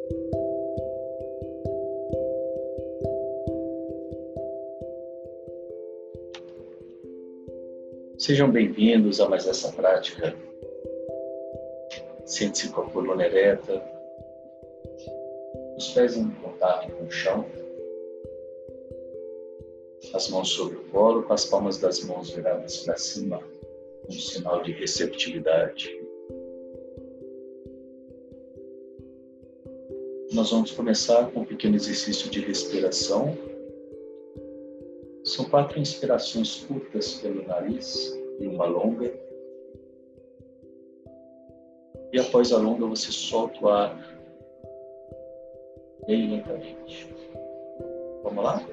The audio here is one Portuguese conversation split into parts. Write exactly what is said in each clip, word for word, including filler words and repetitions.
Sejam bem-vindos a mais essa prática. Sente-se com a coluna ereta, os pés em contato com o chão, as mãos sobre o colo, com as palmas das mãos viradas para cima, um sinal de receptividade. Nós vamos começar com um pequeno exercício de respiração. São quatro inspirações curtas pelo nariz e uma longa. E após a longa, você solta o ar bem lentamente. Vamos lá?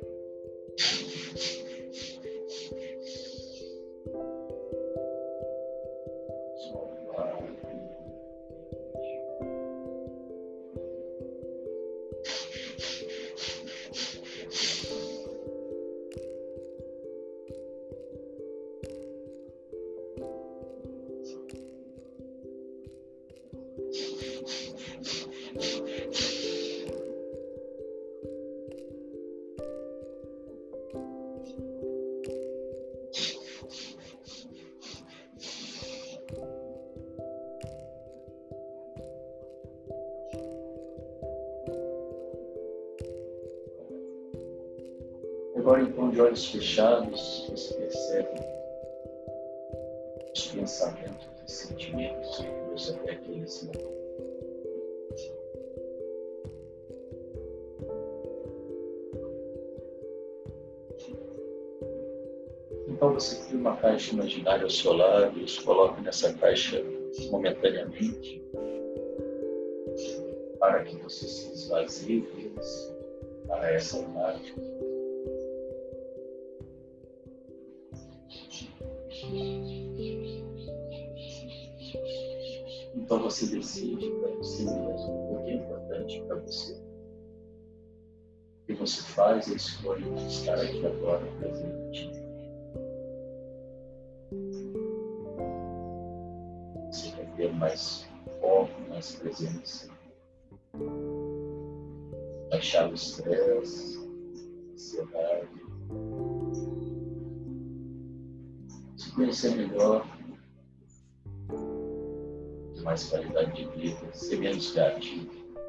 Solta o ar. Agora, então, de olhos fechados, você percebe os pensamentos e sentimentos que você até aqui nesse momento. Então, você cria uma caixa imaginária ao seu lado e os coloca nessa caixa momentaneamente para que você se esvazie deles para essa prática. Então você decide para você mesmo o que é importante para você. E você faz a escolha de estar aqui agora presente. Você quer ter mais foco, mais presença. Baixar o estresse, a ansiedade. Se conhecer melhor. Mais qualidade de vida, ser menos reativo.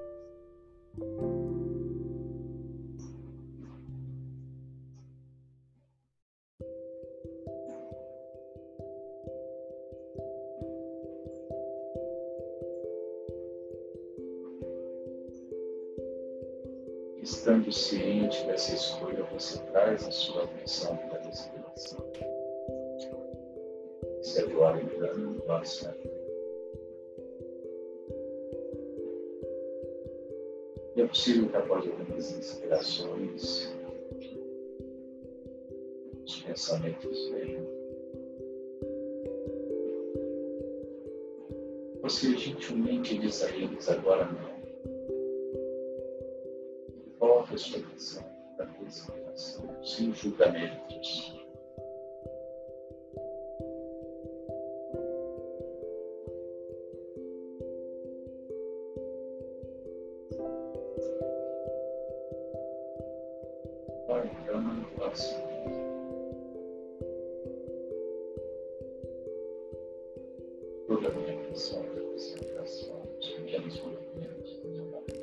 Estando ciente dessa escolha, você traz a sua atenção para a respiração. Observe o ar entrando, o ar saindo. E é possível que após algumas inspirações, os pensamentos venham. Você gentilmente diz a eles agora não. Coloque a sua atenção para a respiração, sem julgamentos. Vai entrando, vai saindo. Toda a minha atenção para a concentração, os pequenos movimentos do meu corpo.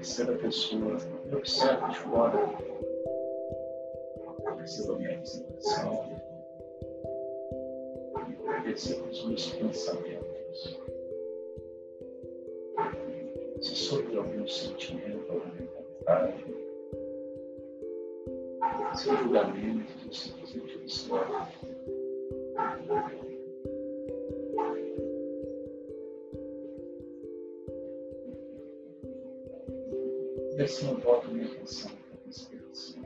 terceira pessoa, eu observo de fora, eu percebo a minha respiração, eu percebo os meus pensamentos, se sobre algum sentimento, alguma vontade, seu julgamento, eu simplesmente observo. E assim eu volto minha atenção para a respiração.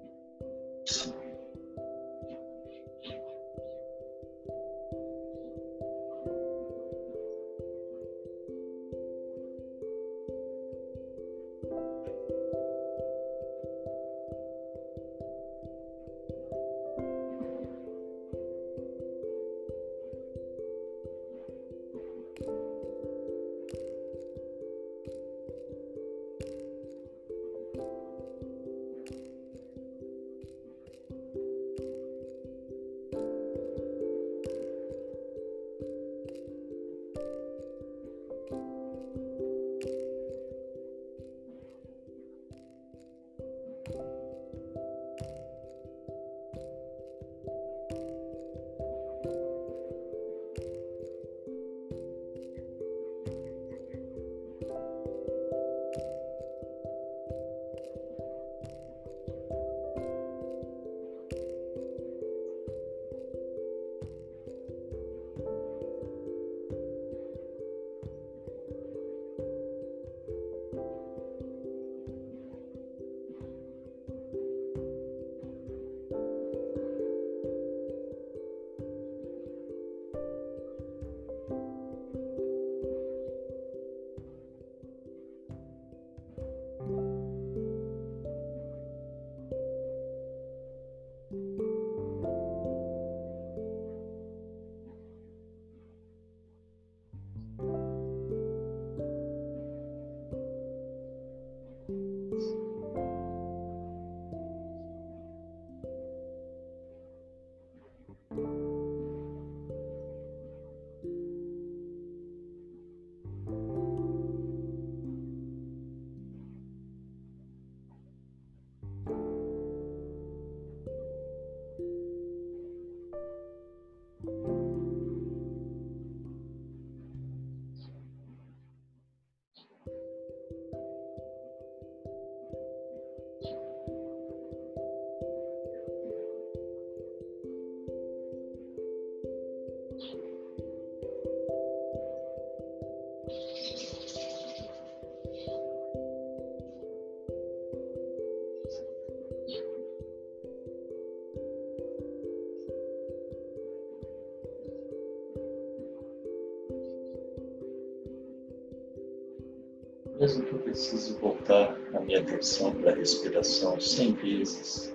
Mesmo que eu precise voltar a minha atenção para a respiração cem vezes,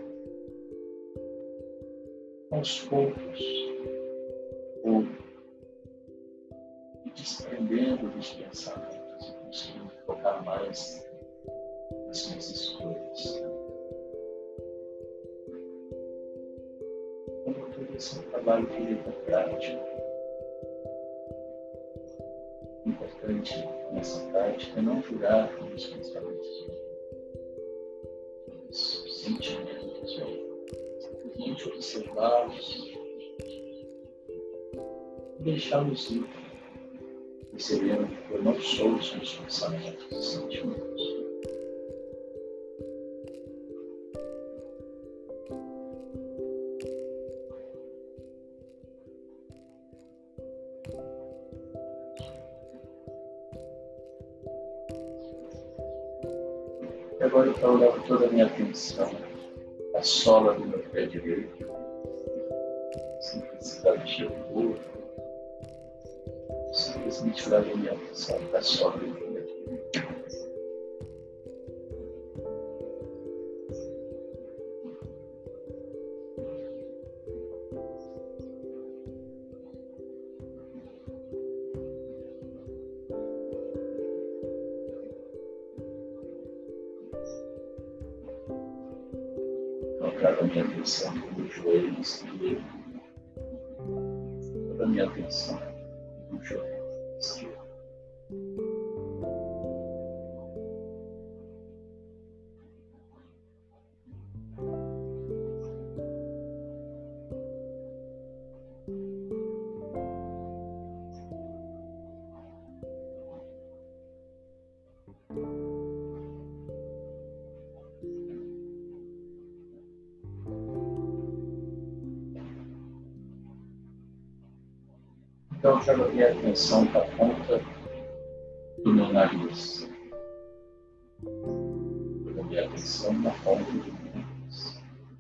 aos poucos, vou me desprendendo dos pensamentos e conseguindo focar mais nas minhas escolhas. Como tudo isso é um trabalho que leva à prática. O importante nessa prática é não julgar com os pensamentos, os sentimentos, simplesmente observá-los e deixá-los ir, percebendo que eu não sou os meus pensamentos e sentimentos. E agora eu quero levar toda a minha atenção à sola do meu pé direito, simplicidade de corpo, simplesmente levar a minha atenção para a sola do meu pé direito. Trago a minha atenção no joelho esquerdo, toda a minha atenção no joelho esquerdo. Então, eu quero minha atenção para a ponta do meu nariz. Eu minha atenção na ponta do meu nariz.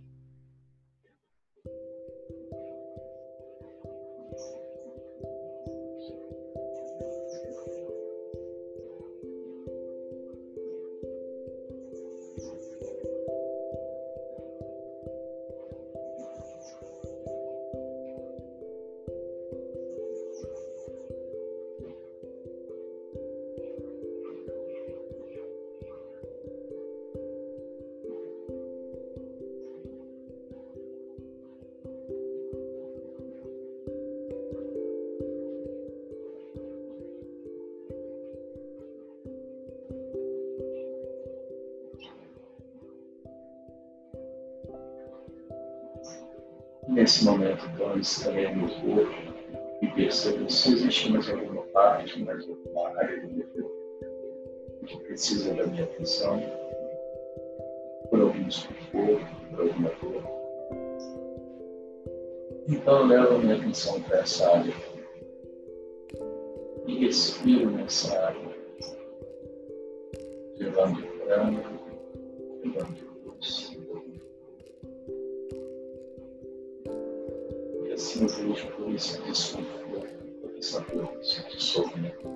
Nesse momento, então, estarei no corpo e percebo se existe mais alguma parte, mais alguma área do meu corpo que precisa da minha atenção, por algum desconforto, por alguma dor. Então, eu levo a minha atenção para essa área e respiro nessa área, levando o prana, levando o luz. E assim eu vejo todo esse desconforto, toda essa dor se dissolvendo.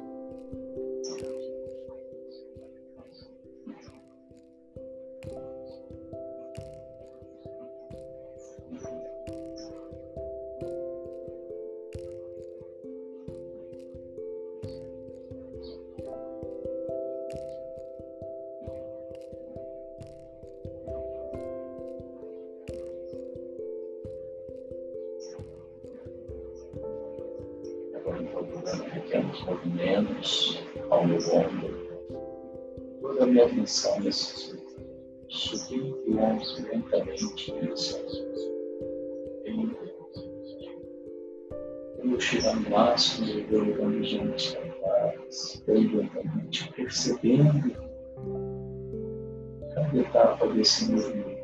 Agora estou dando pequenos movimentos ao meu ombro. Toda a minha atenção nesse subindo o ombro lentamente em direção aos meus ombros. Eu tirando o máximo e eu levando os ombros para trás, bem lentamente, percebendo cada etapa desse movimento.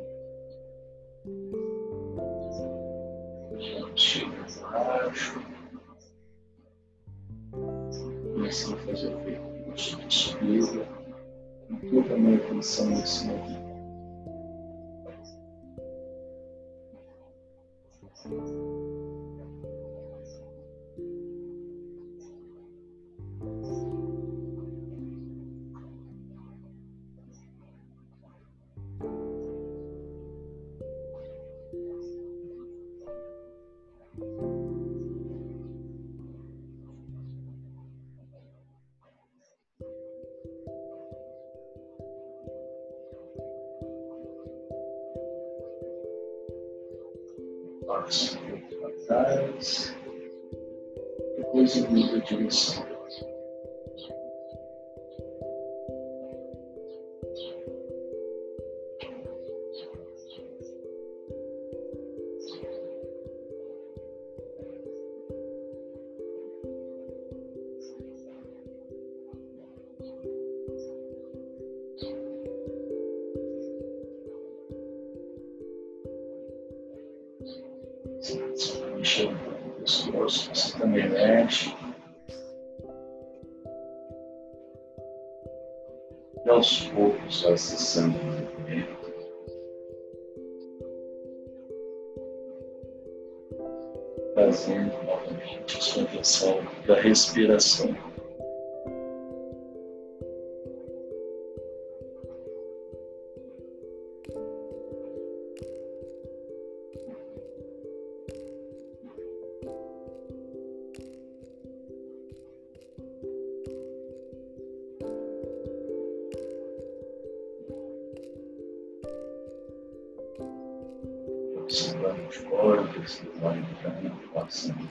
Chego embaixo, comecei a fazer o percurso de subida, com toda a minha atenção nesse movimento. Passo para trás, depois eu mudo a direção. Mexer um pouco o pescoço, você também mexe. E aos poucos vai cessando o movimento. Trazendo novamente a sua atenção da respiração. Observando os corpos que vão entrando, passando.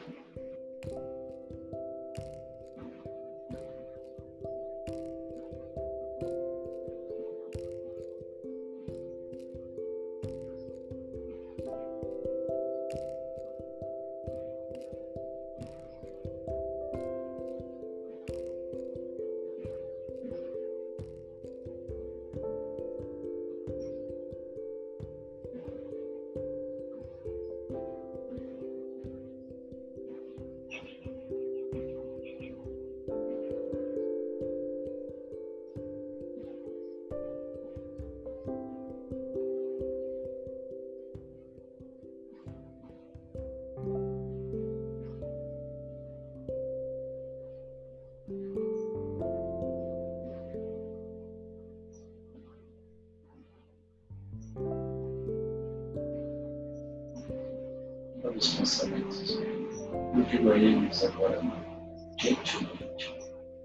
os pensamentos. Eu digo a eles agora, gentilmente.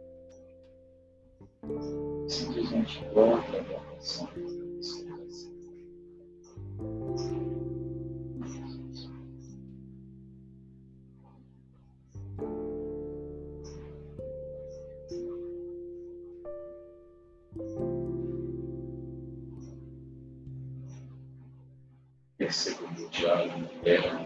Simplesmente volta a minha atenção. Perceba o meu diálogo interno.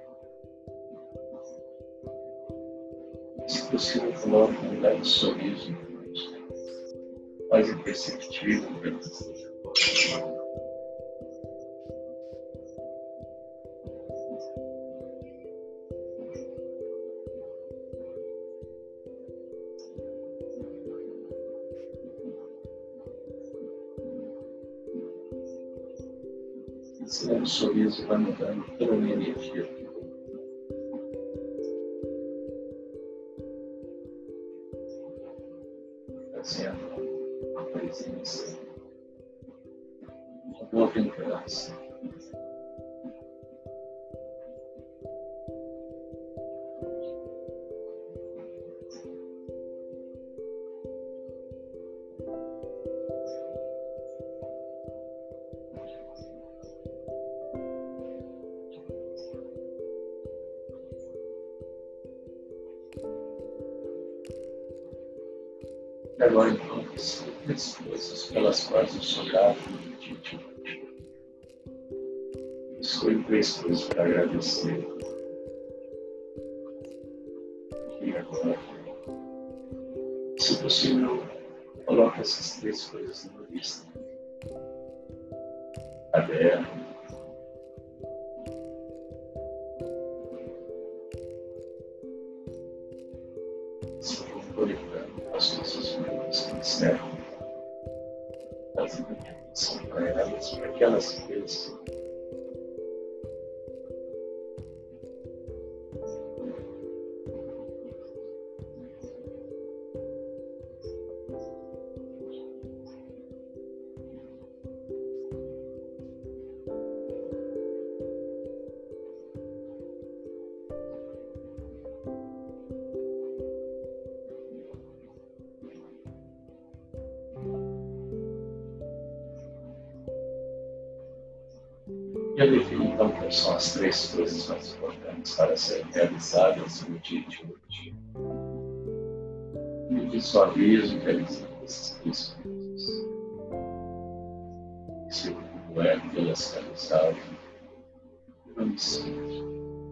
Se possível, coloque um leve sorriso no rosto, mais imperceptível para que esteja forte. Esse leve sorriso vai mudando toda a minha energia. Trazendo a presença, a boa lembrança. E agora, então, as coisas pelas quais eu sou grato no dia de hoje. Escolho três coisas para agradecer. E agora, se possível, coloque essas três coisas na lista. Caderno, se for conectando as coisas boas que me servem, fazendo atenção para elas, para que elas cresçam. E eu defino então quais são as três coisas mais importantes para serem realizadas no dia de hoje. Me visualizo realizando essas três coisas. Se eu puder vê-las realizadas, eu me sinto.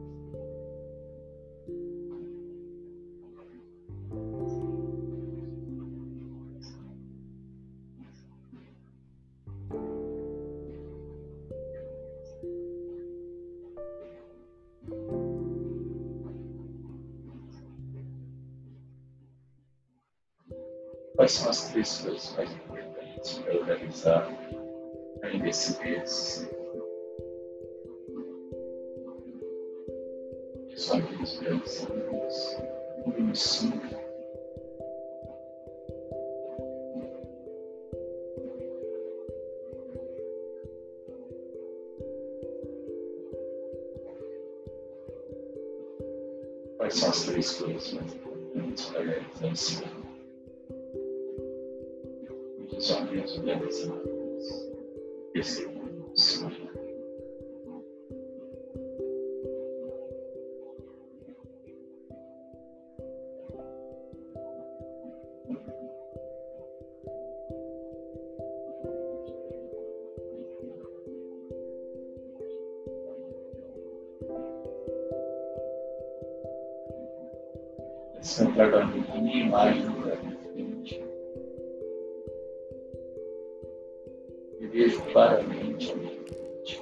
Quais são as três coisas mais importantes para eu realizar ainda esse mês? Visualizo realizando-as, como me sinto. Quais são as três coisas mais importantes para realizar esse ano? Visualizo realizando-as, percebendo-se. Pensando agora na minha imagem para minha frente, eu vejo claramente a minha frente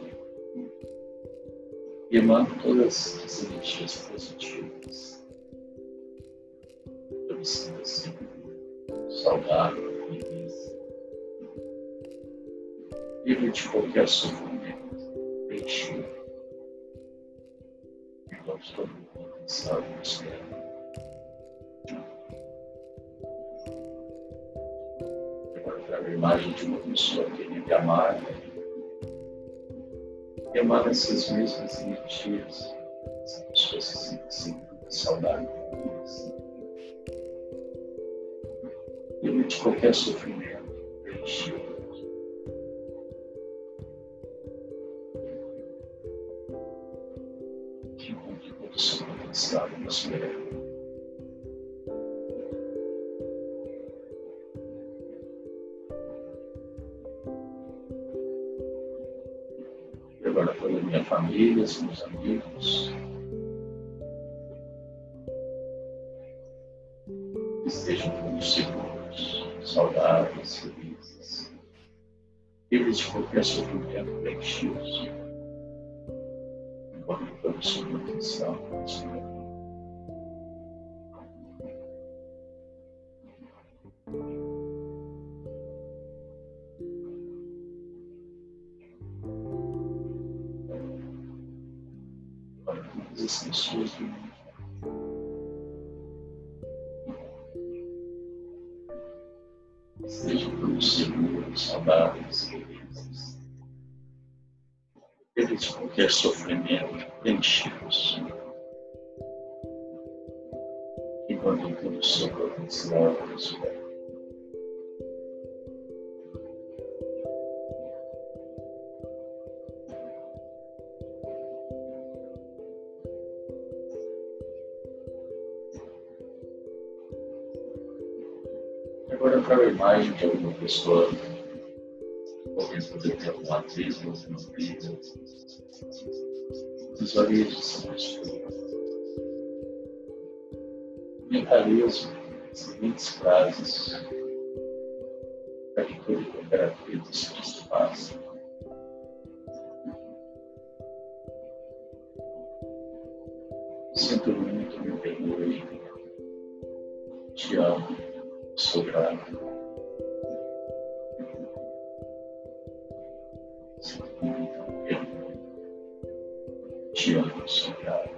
e emano todas as energias positivas. Eu me sinto assim, saudável, feliz, livre de qualquer sofrimento, preenchido, enquanto estou no potencial e espero. A imagem de uma pessoa querida e amada, e emana essas mesmas energias As pessoas se sentem seguras, saudáveis. Evite qualquer sofrimento, preenchido. Que encontre todo o seu potencial na sua vida. Agora toda a minha família, os meus amigos, estejam todos seguros, saudáveis, felizes, livres de qualquer sofrimento, preenchidos, enquanto todo o seu potencial na sua vida. As pessoas do mundo estejam todos seguros, saudáveis, felizes, livres de qualquer sofrimento, preenchidos, enquanto todo o seu potencial na sua vida. Agora eu trago a imagem de alguma pessoa, alguém poder ter alguma atriz, alguma vida. Visualize essa pessoa. Mentalize as seguintes frases para que toda e qualquer atrito se desfaça. Sinto muito, me perdoe. Te amo. Sou grato. Sinto muito, me perdoe. Te amo, sou grato.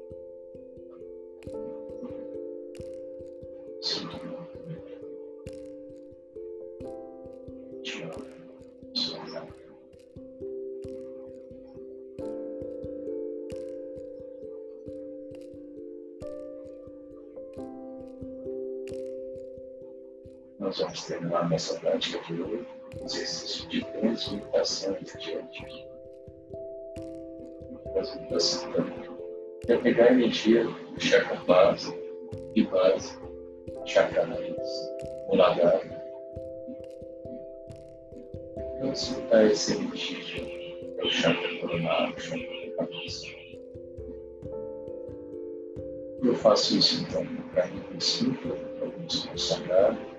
Sinto muito, me perdoe. Te amo, sou grato. Nós vamos terminar nossa prática de hoje, um exercício de transmutação energética. Transmutação também é pegar a energia do chakra base e base, chakra raiz, muladhara. Transmutar essa energia para o chakra coronário, chakra da cabeça. Eu faço isso então para mim princípio, para o músculo sagrado.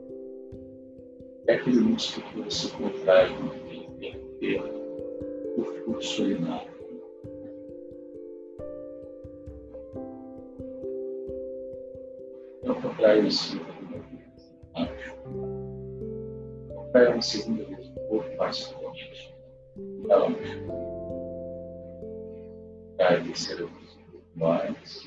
É aquele músculo que você contrai no ter o fluxo urinário. Então, contrai o cinto embaixo. Contrai uma segunda vez o corpo mais forte. Relaxa. Contrai a terceira vez o corpo mais.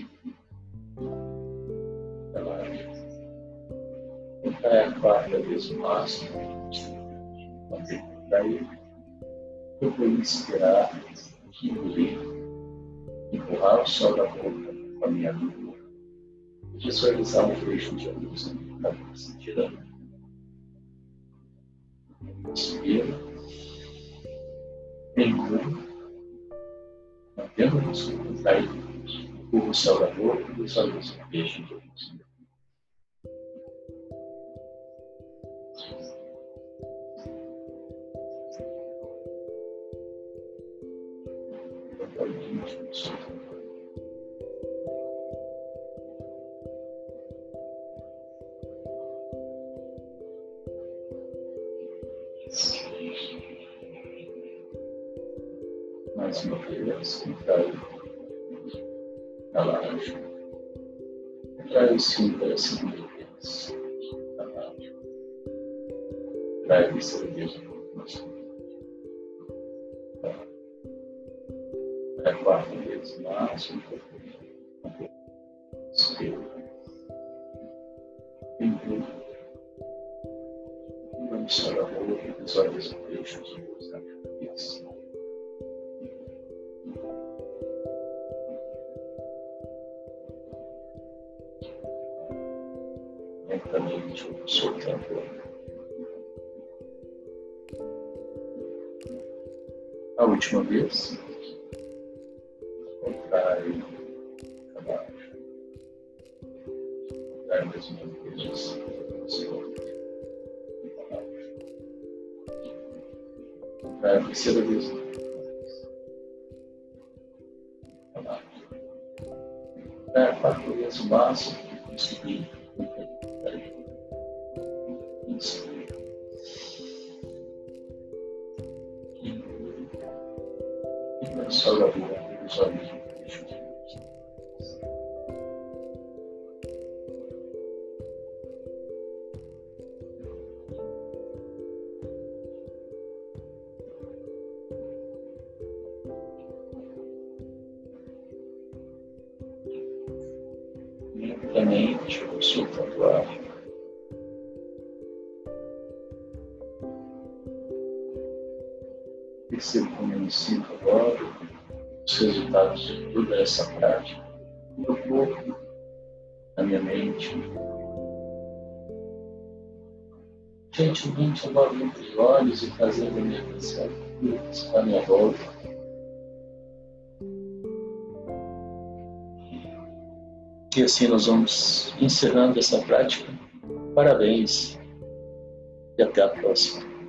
Relaxa. Contrai a quarta vez o máximo, manter contraído. Eu vou inspirar, engolir, empurrar o sol da boca com a minha língua, visualizar um feixe de luz na cabeça, tirando. Inspira, engula, mantendo o músculo contraído, empurra o sol da boca e visualiza um feixe de luz. Mais uma vez, contrai, relaxa. Contrai o cinto pela segunda vez, relaxa. Contrai a terceira vez o corpo mais forte. Contrai a quarta vez o máximo, inspira. Engula. Vamos só da boca e visualiza o feixe de luz na cabeça. lentamente eu vou soltando. A última vez, contrai para baixo, contrai mais uma vez, para baixo, contrai a terceira vez, para baixo, contrai a quarta vez o máximo que conseguir, isso. Só abrir os olhos. Lentamente, eu soltando o ar. Percebo como eu me sinto agora, os resultados de toda essa prática, no meu corpo, na minha mente. Gentilmente eu abro os olhos e trazendo a minha atenção à minha volta. E assim nós vamos encerrando essa prática. Parabéns e até a próxima.